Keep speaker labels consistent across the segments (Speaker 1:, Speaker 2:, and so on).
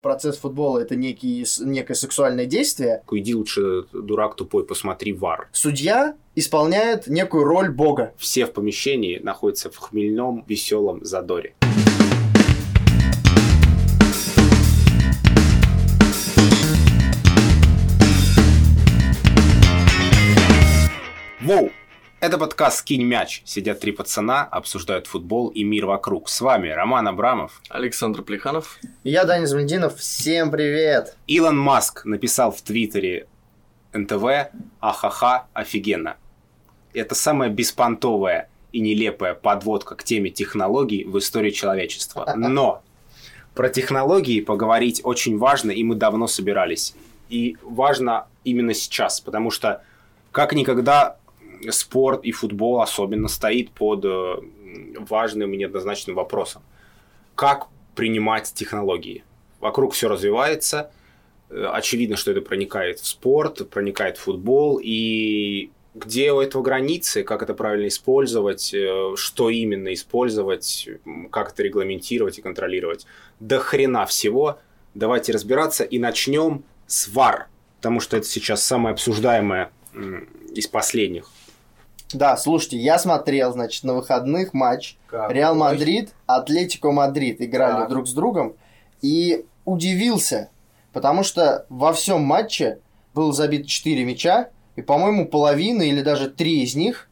Speaker 1: процесс футбола — это некое сексуальное действие.
Speaker 2: Иди лучше, дурак тупой, посмотри ВАР.
Speaker 1: Судья исполняет некую роль бога.
Speaker 2: Все в помещении находятся в хмельном, веселом задоре. Воу! Это подкаст «Скинь мяч». Сидят три пацана, обсуждают футбол и мир вокруг. С вами Роман Абрамов,
Speaker 3: Александр Плеханов
Speaker 1: и я, Даня Замельдинов. Всем привет!
Speaker 2: Илон Маск написал в Твиттере НТВ: ахаха, офигенно. Это самая беспонтовая и нелепая подводка к теме технологий в истории человечества. Но про технологии поговорить очень важно, и мы давно собирались. И важно именно сейчас, потому что как никогда спорт и футбол особенно стоит под важным и неоднозначным вопросом. Как принимать технологии? Вокруг все развивается. Очевидно, что это проникает в спорт, проникает в футбол. И где у этого границы? Как это правильно использовать? Что именно использовать? Как это регламентировать и контролировать? До хрена всего. Давайте разбираться. И начнем с ВАР. Потому что это сейчас самое обсуждаемое из последних.
Speaker 1: Да, слушайте, я смотрел, значит, на выходных матч Реал Мадрид, Атлетико Мадрид играли друг с другом и удивился, потому что во всем матче было забито 4 мяча, и, по-моему, половина или даже 3 из них,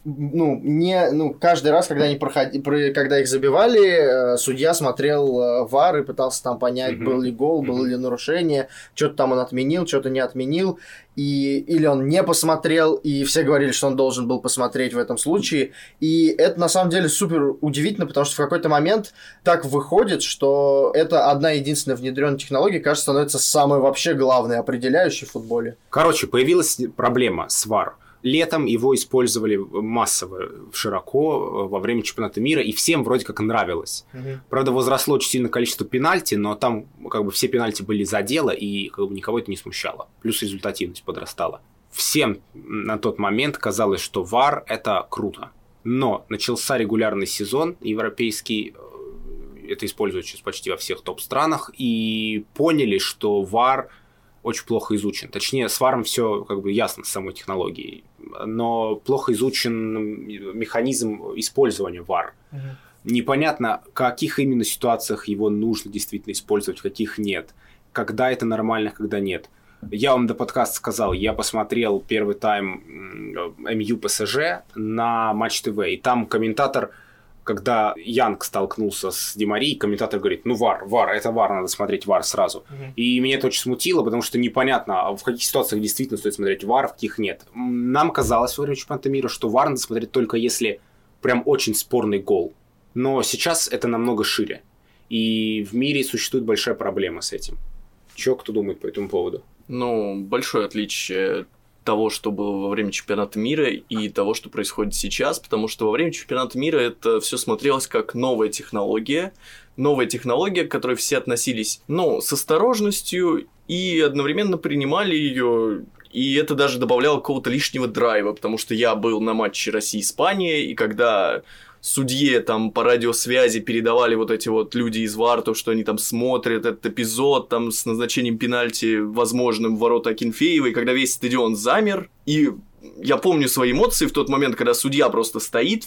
Speaker 1: каждый раз, когда их забивали, судья смотрел ВАР и пытался там понять, был ли гол, было ли нарушение, что-то там он отменил, что-то не отменил, или он не посмотрел, и все говорили, что он должен был посмотреть в этом случае, и это на самом деле супер удивительно, потому что в какой-то момент так выходит, что это одна единственная внедренная технология, кажется, становится самой вообще главной, определяющей в футболе.
Speaker 2: Короче, появилась проблема с ВАР. Летом его использовали массово, широко во время чемпионата мира, и всем вроде как нравилось. Правда, возросло очень сильно количество пенальти, но там как бы все пенальти были за дело, и как бы никого это не смущало. Плюс результативность подрастала. Всем на тот момент казалось, что ВАР – это круто. Но начался регулярный сезон европейский, это используют сейчас почти во всех топ-странах, и поняли, что ВАР очень плохо изучен. Точнее, с ВАРом все как бы ясно с самой технологией, но плохо изучен механизм использования ВАР. Непонятно, в каких именно ситуациях его нужно действительно использовать, в каких нет. Когда это нормально, когда нет. Я вам до подкаста сказал, я посмотрел первый тайм МЮ ПСЖ на Матч ТВ, и там комментатор, когда Янг столкнулся с Ди Марией, комментатор говорит, ВАР, это ВАР, надо смотреть ВАР сразу. И меня это очень смутило, потому что непонятно, в каких ситуациях действительно стоит смотреть ВАР, в каких нет. Нам казалось во время чемпионата мира, что ВАР надо смотреть только если прям очень спорный гол. Но сейчас это намного шире. И в мире существует большая проблема с этим. Кто думает по этому поводу?
Speaker 3: Большое отличие того, что было во время чемпионата мира, и того, что происходит сейчас, потому что во время чемпионата мира это все смотрелось как новая технология, к которой все относились, с осторожностью и одновременно принимали ее, и это даже добавляло какого-то лишнего драйва, потому что я был на матче Россия-Испания, и когда судье там по радиосвязи передавали вот эти вот люди из ВАР, то, что они там смотрят этот эпизод там с назначением пенальти возможным в ворота Акинфеева, и когда весь стадион замер, и я помню свои эмоции в тот момент, когда судья просто стоит,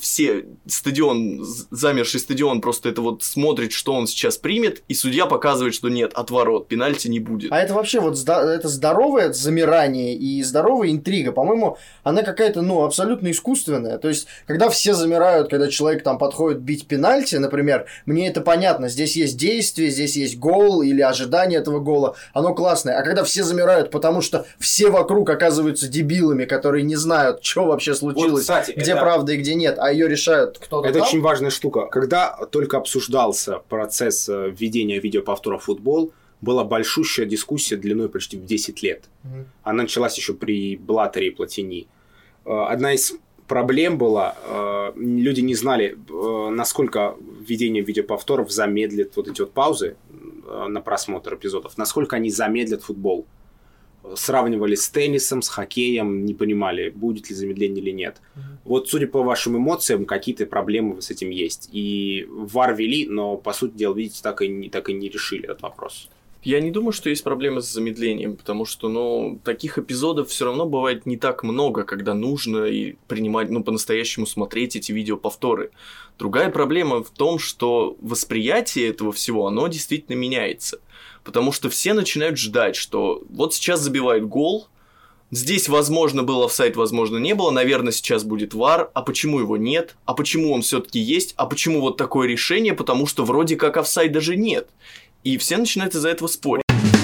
Speaker 3: замерший стадион просто это вот смотрит, что он сейчас примет, и судья показывает, что нет, от ворот, пенальти не будет.
Speaker 1: А это вообще это здоровое замирание и здоровая интрига. По-моему, она какая-то, абсолютно искусственная. То есть, когда все замирают, когда человек там подходит бить пенальти, например, мне это понятно, здесь есть действие, здесь есть гол или ожидание этого гола, оно классное. А когда все замирают, потому что все вокруг оказываются дебилами, которые не знают, что вообще случилось, вот, кстати, где правда и где нет, а ее решают кто-то
Speaker 2: Это
Speaker 1: там.
Speaker 2: Очень важная штука. Когда только обсуждался процесс введения видеоповтора в футбол, была большущая дискуссия длиной почти в 10 лет. Она началась еще при Блаттере и Платини. Одна из проблем была, люди не знали, насколько введение видеоповторов замедлит вот эти вот паузы на просмотр эпизодов, насколько они замедлят футбол. Сравнивали с теннисом, с хоккеем, не понимали, будет ли замедление или нет. Вот, судя по вашим эмоциям, какие-то проблемы с этим есть. И ВАР ввели, но, по сути дела, видите, так и не решили этот вопрос.
Speaker 3: Я не думаю, что есть проблемы с замедлением, потому что, таких эпизодов все равно бывает не так много, когда нужно и принимать, по-настоящему смотреть эти видеоповторы. Другая проблема в том, что восприятие этого всего, оно действительно меняется. Потому что все начинают ждать, что вот сейчас забивает гол, здесь, возможно, был офсайд, возможно, не было, наверное, сейчас будет ВАР, а почему его нет, а почему он все-таки есть, а почему вот такое решение, потому что вроде как офсайда же нет. И все начинают из-за этого спорить.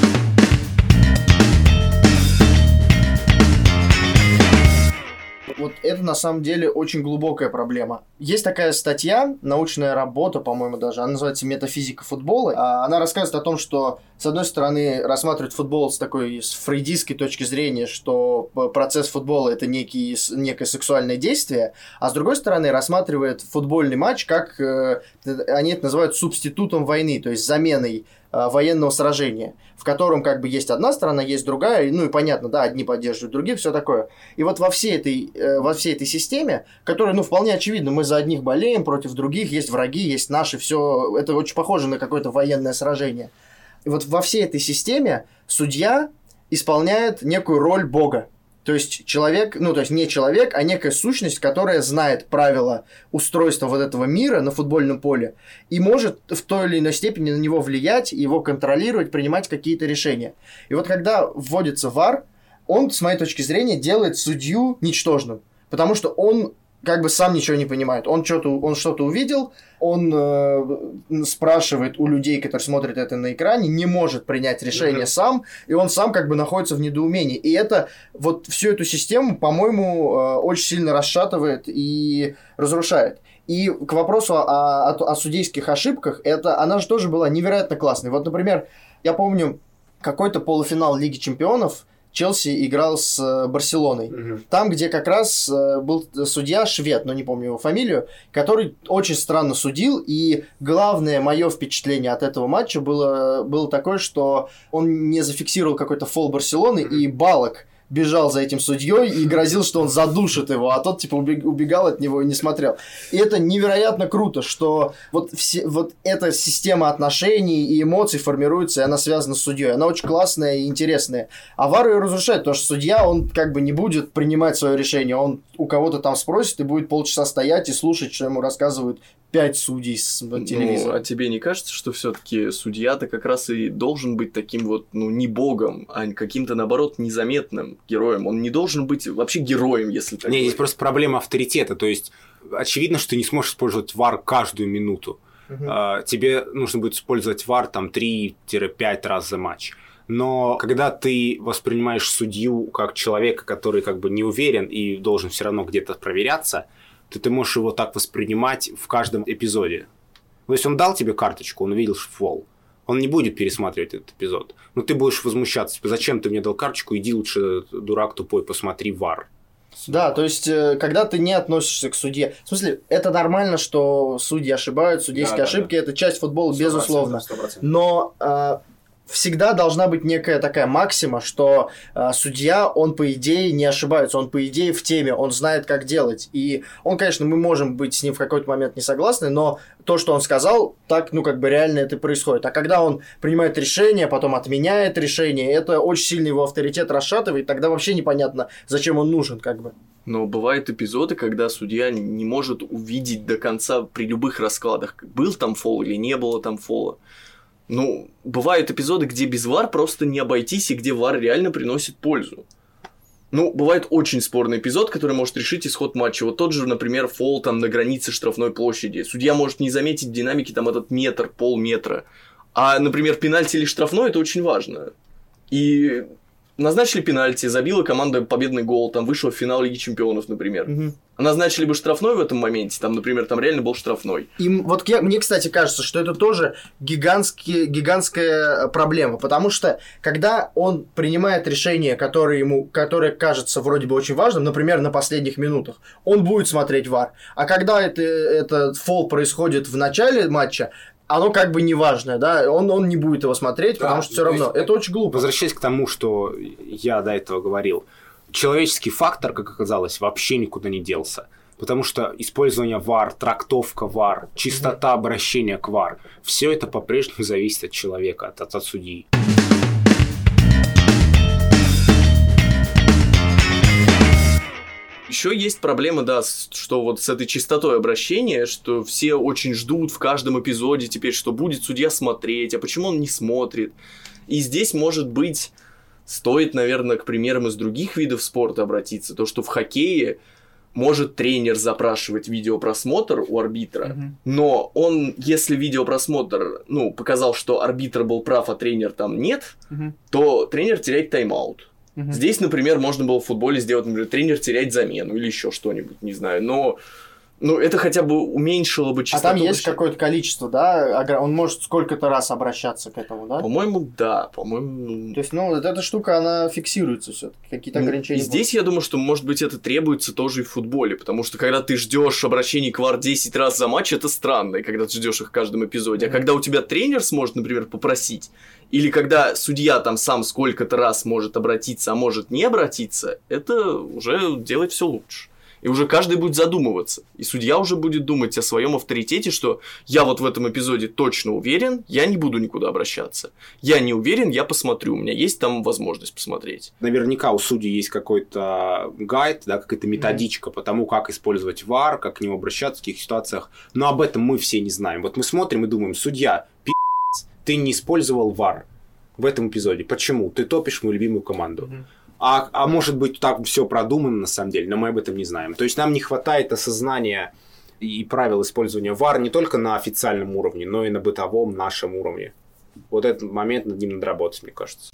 Speaker 1: Вот это на самом деле очень глубокая проблема. Есть такая статья, научная работа, по-моему, даже, она называется «Метафизика футбола». Она рассказывает о том, что, с одной стороны, рассматривает футбол с такой с фрейдистской точки зрения, что процесс футбола – это некое сексуальное действие, а с другой стороны, рассматривает футбольный матч как, они это называют субститутом войны, то есть заменой военного сражения, в котором как бы есть одна сторона, есть другая, и понятно, да, одни поддерживают других, все такое. И вот во всей этой системе, которая, вполне очевидно, мы за одних болеем, против других, есть враги, есть наши, все, это очень похоже на какое-то военное сражение. И вот во всей этой системе судья исполняет некую роль Бога. То есть человек, то есть не человек, а некая сущность, которая знает правила устройства вот этого мира на футбольном поле и может в той или иной степени на него влиять, его контролировать, принимать какие-то решения. И вот когда вводится ВАР, он, с моей точки зрения, делает судью ничтожным, потому что он как бы сам ничего не понимает. Он что-то увидел, он спрашивает у людей, которые смотрят это на экране, не может принять решение сам, и он сам как бы находится в недоумении. И это вот всю эту систему, по-моему, очень сильно расшатывает и разрушает. И к вопросу о судейских ошибках, она же тоже была невероятно классной. Вот, например, я помню какой-то полуфинал Лиги Чемпионов, Челси играл с Барселоной. Там, где как раз был судья швед, но не помню его фамилию, который очень странно судил. И главное мое впечатление от этого матча было такое, что он не зафиксировал какой-то фол Барселоны, и Балок бежал за этим судьей и грозил, что он задушит его, а тот типа убегал от него и не смотрел. И это невероятно круто, что вот эта система отношений и эмоций формируется, и она связана с судьей. Она очень классная и интересная. А ВАР ее разрушает, потому что судья, он как бы не будет принимать свое решение, он у кого-то там спросит и будет полчаса стоять и слушать, что ему рассказывают 5 судей с телевизора.
Speaker 3: А тебе не кажется, что все-таки судья-то как раз и должен быть таким вот, не богом, а каким-то, наоборот, незаметным героем? Он не должен быть вообще героем, если так
Speaker 2: Здесь просто проблема авторитета. То есть, очевидно, что ты не сможешь использовать ВАР каждую минуту. Тебе нужно будет использовать ВАР там 3-5 раз за матч. Но когда ты воспринимаешь судью как человека, который как бы не уверен и должен все равно где-то проверяться, то ты можешь его так воспринимать в каждом эпизоде. То есть он дал тебе карточку, он увидел фол. Он не будет пересматривать этот эпизод. Но ты будешь возмущаться. Типа, зачем ты мне дал карточку? Иди лучше, дурак тупой, посмотри ВАР.
Speaker 1: Да, то есть, когда ты не относишься к судье... В смысле, это нормально, что судьи ошибают, судейские ошибки, это часть футбола, 100%, безусловно.
Speaker 2: 100%.
Speaker 1: Но... всегда должна быть некая такая максима, что судья, он по идее не ошибается, он по идее в теме, он знает, как делать. И он, конечно, мы можем быть с ним в какой-то момент не согласны, но то, что он сказал, так, реально это происходит. А когда он принимает решение, потом отменяет решение, это очень сильно его авторитет расшатывает, тогда вообще непонятно, зачем он нужен, как бы.
Speaker 3: Но бывают эпизоды, когда судья не может увидеть до конца при любых раскладах, был там фол или не было там фола. Бывают эпизоды, где без ВАР просто не обойтись, и где ВАР реально приносит пользу. Бывает очень спорный эпизод, который может решить исход матча. Вот тот же, например, фол там на границе штрафной площади. Судья может не заметить в динамике там этот метр, полметра. А, например, пенальти или штрафной – это очень важно. И назначили пенальти, забила команда победный гол, там вышла в финал Лиги Чемпионов, например. Назначили бы штрафной в этом моменте, там, например, там реально был штрафной.
Speaker 1: И вот мне, кстати, кажется, что это тоже гигантская проблема, потому что, когда он принимает решение, которое кажется вроде бы очень важным, например, на последних минутах, он будет смотреть ВАР. А когда этот фол происходит в начале матча, оно как бы не важное, да, он не будет его смотреть, потому что все равно, это очень глупо.
Speaker 2: Возвращаясь к тому, что я до этого говорил, человеческий фактор, как оказалось, вообще никуда не делся. Потому что использование ВАР, трактовка ВАР, чистота обращения к ВАР, все это по-прежнему зависит от человека, от судьи.
Speaker 3: Еще есть проблема, да, что вот с этой частотой обращения, что все очень ждут в каждом эпизоде теперь, что будет судья смотреть, а почему он не смотрит. И здесь, может быть, стоит, наверное, к примерам из других видов спорта обратиться. То, что в хоккее может тренер запрашивать видеопросмотр у арбитра, но он, если видеопросмотр, показал, что арбитр был прав, а тренер там нет, то тренер теряет тайм-аут. Здесь, например, можно было в футболе сделать, например, тренер терять замену или еще что-нибудь, не знаю, но это хотя бы уменьшило бы частоту.
Speaker 1: А там есть какое-то количество, да? Он может сколько-то раз обращаться к этому, да?
Speaker 3: По-моему, да. По-моему...
Speaker 1: То есть, вот эта штука, она фиксируется все-таки. Какие-то ограничения.
Speaker 3: И здесь, я думаю, что, может быть, это требуется тоже и в футболе, потому что, когда ты ждешь обращений к ВАР 10 раз за матч, это странно, и когда ты ждешь их в каждом эпизоде. А когда у тебя тренер сможет, например, попросить, или когда судья там сам сколько-то раз может обратиться, а может не обратиться, это уже делает все лучше. И уже каждый будет задумываться. И судья уже будет думать о своем авторитете, что я вот в этом эпизоде точно уверен, я не буду никуда обращаться. Я не уверен, я посмотрю, у меня есть там возможность посмотреть.
Speaker 2: Наверняка у судей есть какой-то гайд, да, какая-то методичка по тому, как использовать ВАР, как к нему обращаться в каких ситуациях. Но об этом мы все не знаем. Вот мы смотрим и думаем, судья, ты не использовал ВАР в этом эпизоде. Почему? Ты топишь мою любимую команду. А может быть, так все продумано на самом деле, но мы об этом не знаем. То есть нам не хватает осознания и правил использования ВАР не только на официальном уровне, но и на бытовом нашем уровне. Вот этот момент над ним надо работать, мне кажется.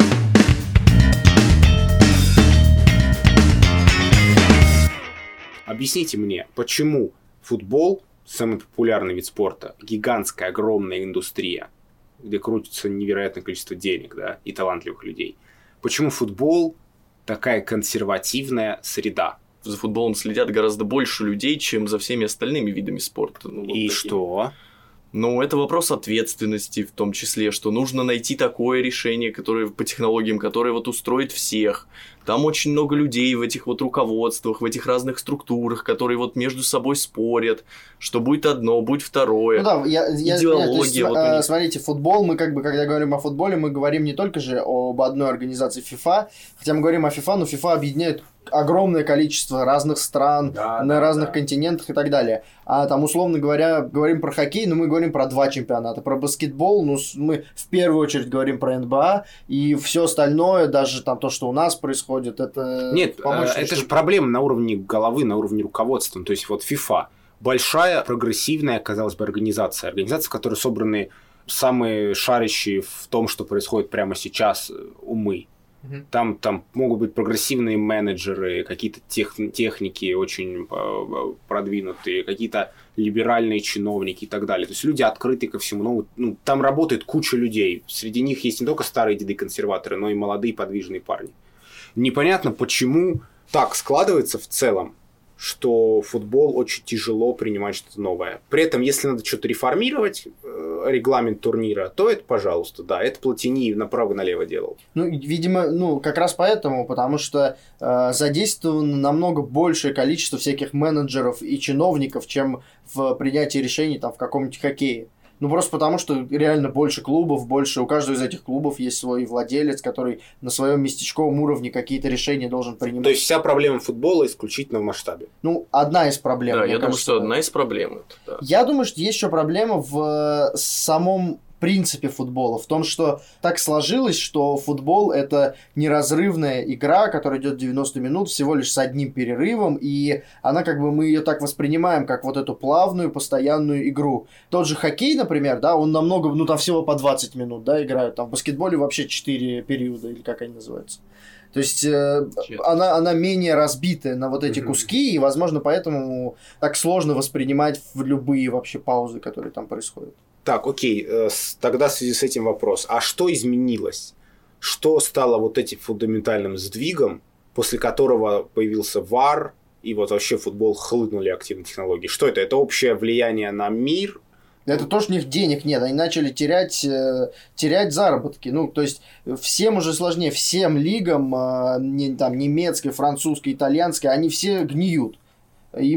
Speaker 2: Объясните мне, почему футбол, самый популярный вид спорта, гигантская, огромная индустрия, где крутится невероятное количество денег, да, и талантливых людей. Почему футбол такая консервативная среда?
Speaker 3: За футболом следят гораздо больше людей, чем за всеми остальными видами спорта.
Speaker 2: И что?
Speaker 3: Это вопрос ответственности в том числе, что нужно найти такое решение, которое по технологиям, которое устроит всех. Там очень много людей в этих руководствах, в этих разных структурах, которые между собой спорят, что будет одно, будет второе.
Speaker 1: Идеология. Смотрите, футбол, мы когда говорим о футболе, мы говорим не только же об одной организации FIFA, хотя мы говорим о FIFA, но FIFA объединяет огромное количество разных стран, на разных континентах и так далее. А там, условно говоря, говорим про хоккей, но мы говорим про 2 чемпионата. Про баскетбол, мы в первую очередь говорим про НБА, и все остальное, даже там то, что у нас происходит, это...
Speaker 2: Нет, это же проблема на уровне головы, на уровне руководства. То есть FIFA. Большая, прогрессивная, казалось бы, организация, в которой собраны самые шарящие в том, что происходит прямо сейчас, умы. Там могут быть прогрессивные менеджеры, какие-то техники очень продвинутые, какие-то либеральные чиновники и так далее. То есть люди открыты ко всему. Там работает куча людей. Среди них есть не только старые деды-консерваторы, но и молодые подвижные парни. Непонятно, почему так складывается в целом, что футбол очень тяжело принимать что-то новое. При этом, если надо что-то реформировать, регламент турнира, то это, пожалуйста, да, это Платини направо-налево делал.
Speaker 1: Видимо, как раз поэтому, потому что задействовано намного большее количество всяких менеджеров и чиновников, чем в принятии решений в каком-нибудь хоккее. Просто потому, что реально больше клубов, у каждого из этих клубов есть свой владелец, который на своем местечковом уровне какие-то решения должен принимать.
Speaker 2: То есть вся проблема футбола исключительно в масштабе?
Speaker 1: Одна из проблем.
Speaker 3: Да, я думаю, что одна из проблем. Да.
Speaker 1: Я думаю, что есть еще проблема в самом принципе футбола, в том, что так сложилось, что футбол — это неразрывная игра, которая идет 90 минут всего лишь с одним перерывом, и она мы ее так воспринимаем, как эту плавную, постоянную игру. Тот же хоккей, например, да, он намного, там всего по 20 минут, да, играют, в баскетболе вообще 4 периода, или как они называются. То есть она менее разбитая на эти куски, и, возможно, поэтому так сложно воспринимать в любые вообще паузы, которые там происходят.
Speaker 2: Так, окей, тогда в связи с этим вопрос. А что изменилось? Что стало этим фундаментальным сдвигом, после которого появился ВАР, и вообще в футбол хлынули активные технологии? Что это? Это общее влияние на мир?
Speaker 1: Это то, что у них денег нет. Они начали терять заработки. То есть, всем уже сложнее. Всем лигам, немецкой, французской, итальянской, они все гниют. Они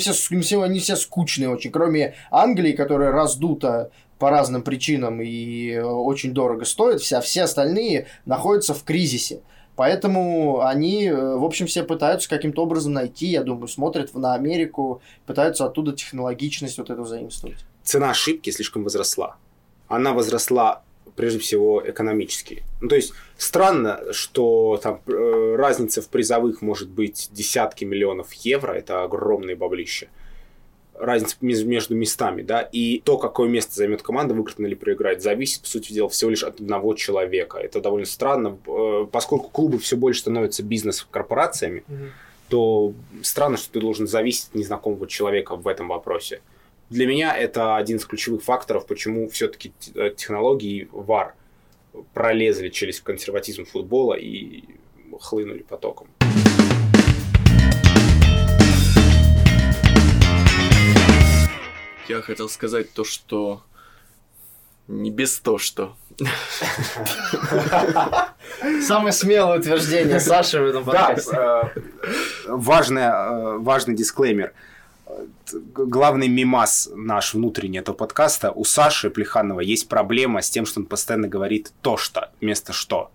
Speaker 1: все скучные очень. Кроме Англии, которая раздута по разным причинам и очень дорого стоит, все остальные находятся в кризисе. Поэтому они, в общем, все пытаются каким-то образом найти, я думаю, смотрят на Америку, пытаются оттуда технологичность вот эту заимствовать.
Speaker 2: Цена ошибки слишком возросла. Она возросла прежде всего экономически. Ну, то есть странно, что там разница в призовых может быть десятки миллионов евро, это огромные баблища. Разница между местами, да, и то, какое место займет команда, выиграть или проиграть, зависит, по сути дела, всего лишь от одного человека. Это довольно странно, поскольку клубы все больше становятся бизнес-корпорациями, то странно, что ты должен зависеть от незнакомого человека в этом вопросе. Для меня это один из ключевых факторов, почему все-таки технологии VAR пролезли через консерватизм футбола и хлынули потоком.
Speaker 3: Я хотел сказать то, что не без то, что.
Speaker 1: Самое смелое утверждение Саши в этом подкасте.
Speaker 2: Да, важный дисклеймер. Главный мимас наш внутренний этого подкаста, у Саши Плеханова есть проблема с тем, что он постоянно говорит «то что» вместо «что».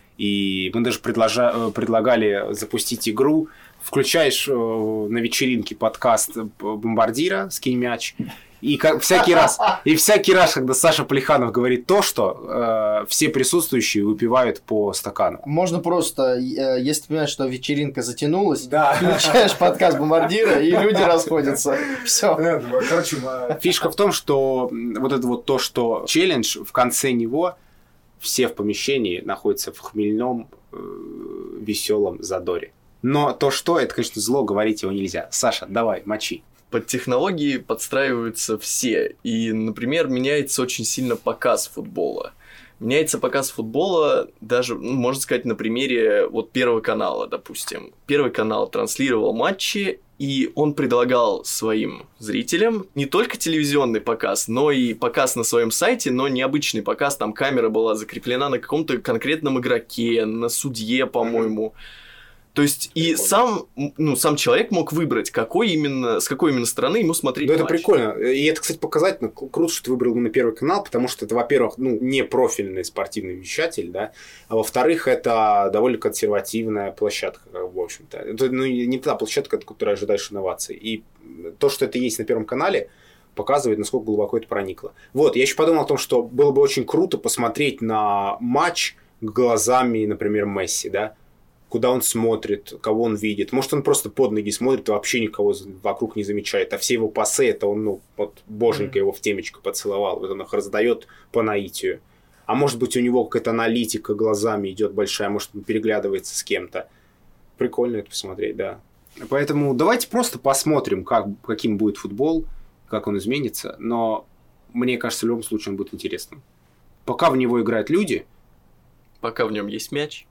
Speaker 2: И мы даже предлагали запустить игру. Включаешь на вечеринке подкаст «Бомбардира», «Скинь мяч», и всякий раз, когда Саша Плеханов говорит то, что все присутствующие выпивают по стакану.
Speaker 1: Можно просто, если ты понимаешь, что вечеринка затянулась, включаешь подкаст «Бомбардира», и люди расходятся. Все.
Speaker 2: Короче, фишка в том, что вот это вот то, что челлендж, в конце него все в помещении находятся в хмельном, веселом задоре. Но то, что, это, конечно, зло, говорить его нельзя. Саша, давай, мочи.
Speaker 3: Под технологии подстраиваются все. И, например, меняется очень сильно показ футбола. Меняется показ футбола даже, можно сказать, на примере вот Первого канала, допустим. Первый канал транслировал матчи, и он предлагал своим зрителям не только телевизионный показ, но и показ на своем сайте, но необычный показ. Там камера была закреплена на каком-то конкретном игроке, на судье, по-моему. То есть и сам человек мог выбрать, с какой именно стороны ему смотреть матч.
Speaker 2: Это прикольно. И это, кстати, показательно. Круто, что ты выбрал именно Первый канал, потому что это, во-первых, не профильный спортивный вещатель, да, а во-вторых, это довольно консервативная площадка, в общем-то. Это не та площадка, от которой ожидаешь инноваций. И то, что это есть на Первом канале, показывает, насколько глубоко это проникло. Вот, я еще подумал о том, что было бы очень круто посмотреть на матч глазами, например, Месси, да, куда он смотрит, кого он видит. Может, он просто под ноги смотрит и вообще никого вокруг не замечает. А все его пасы, это он, боженька его в темечко поцеловал. Вот он их раздает по наитию. А может быть, у него какая-то аналитика глазами идет большая, может, он переглядывается с кем-то. Прикольно это посмотреть, да. Поэтому давайте просто посмотрим, каким будет футбол, как он изменится. Но мне кажется, в любом случае он будет интересным. Пока в него играют люди.
Speaker 3: Пока в нем есть мяч.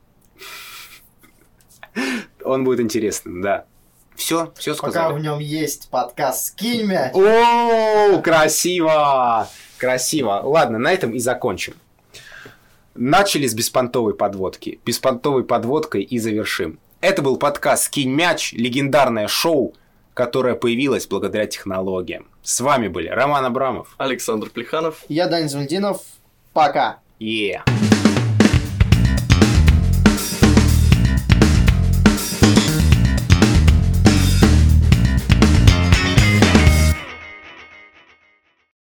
Speaker 2: Он будет интересным, да. Все сказали.
Speaker 1: Пока в нем есть подкаст «Скинь мяч».
Speaker 2: О, красиво! Красиво. Ладно, на этом и закончим. Начали с беспонтовой подводки. Беспонтовой подводкой и завершим. Это был подкаст «Скинь мяч», легендарное шоу, которое появилось благодаря технологиям. С вами были Роман Абрамов,
Speaker 3: Александр Плеханов.
Speaker 1: Я Даня Звандинов. Пока.
Speaker 2: Yeah.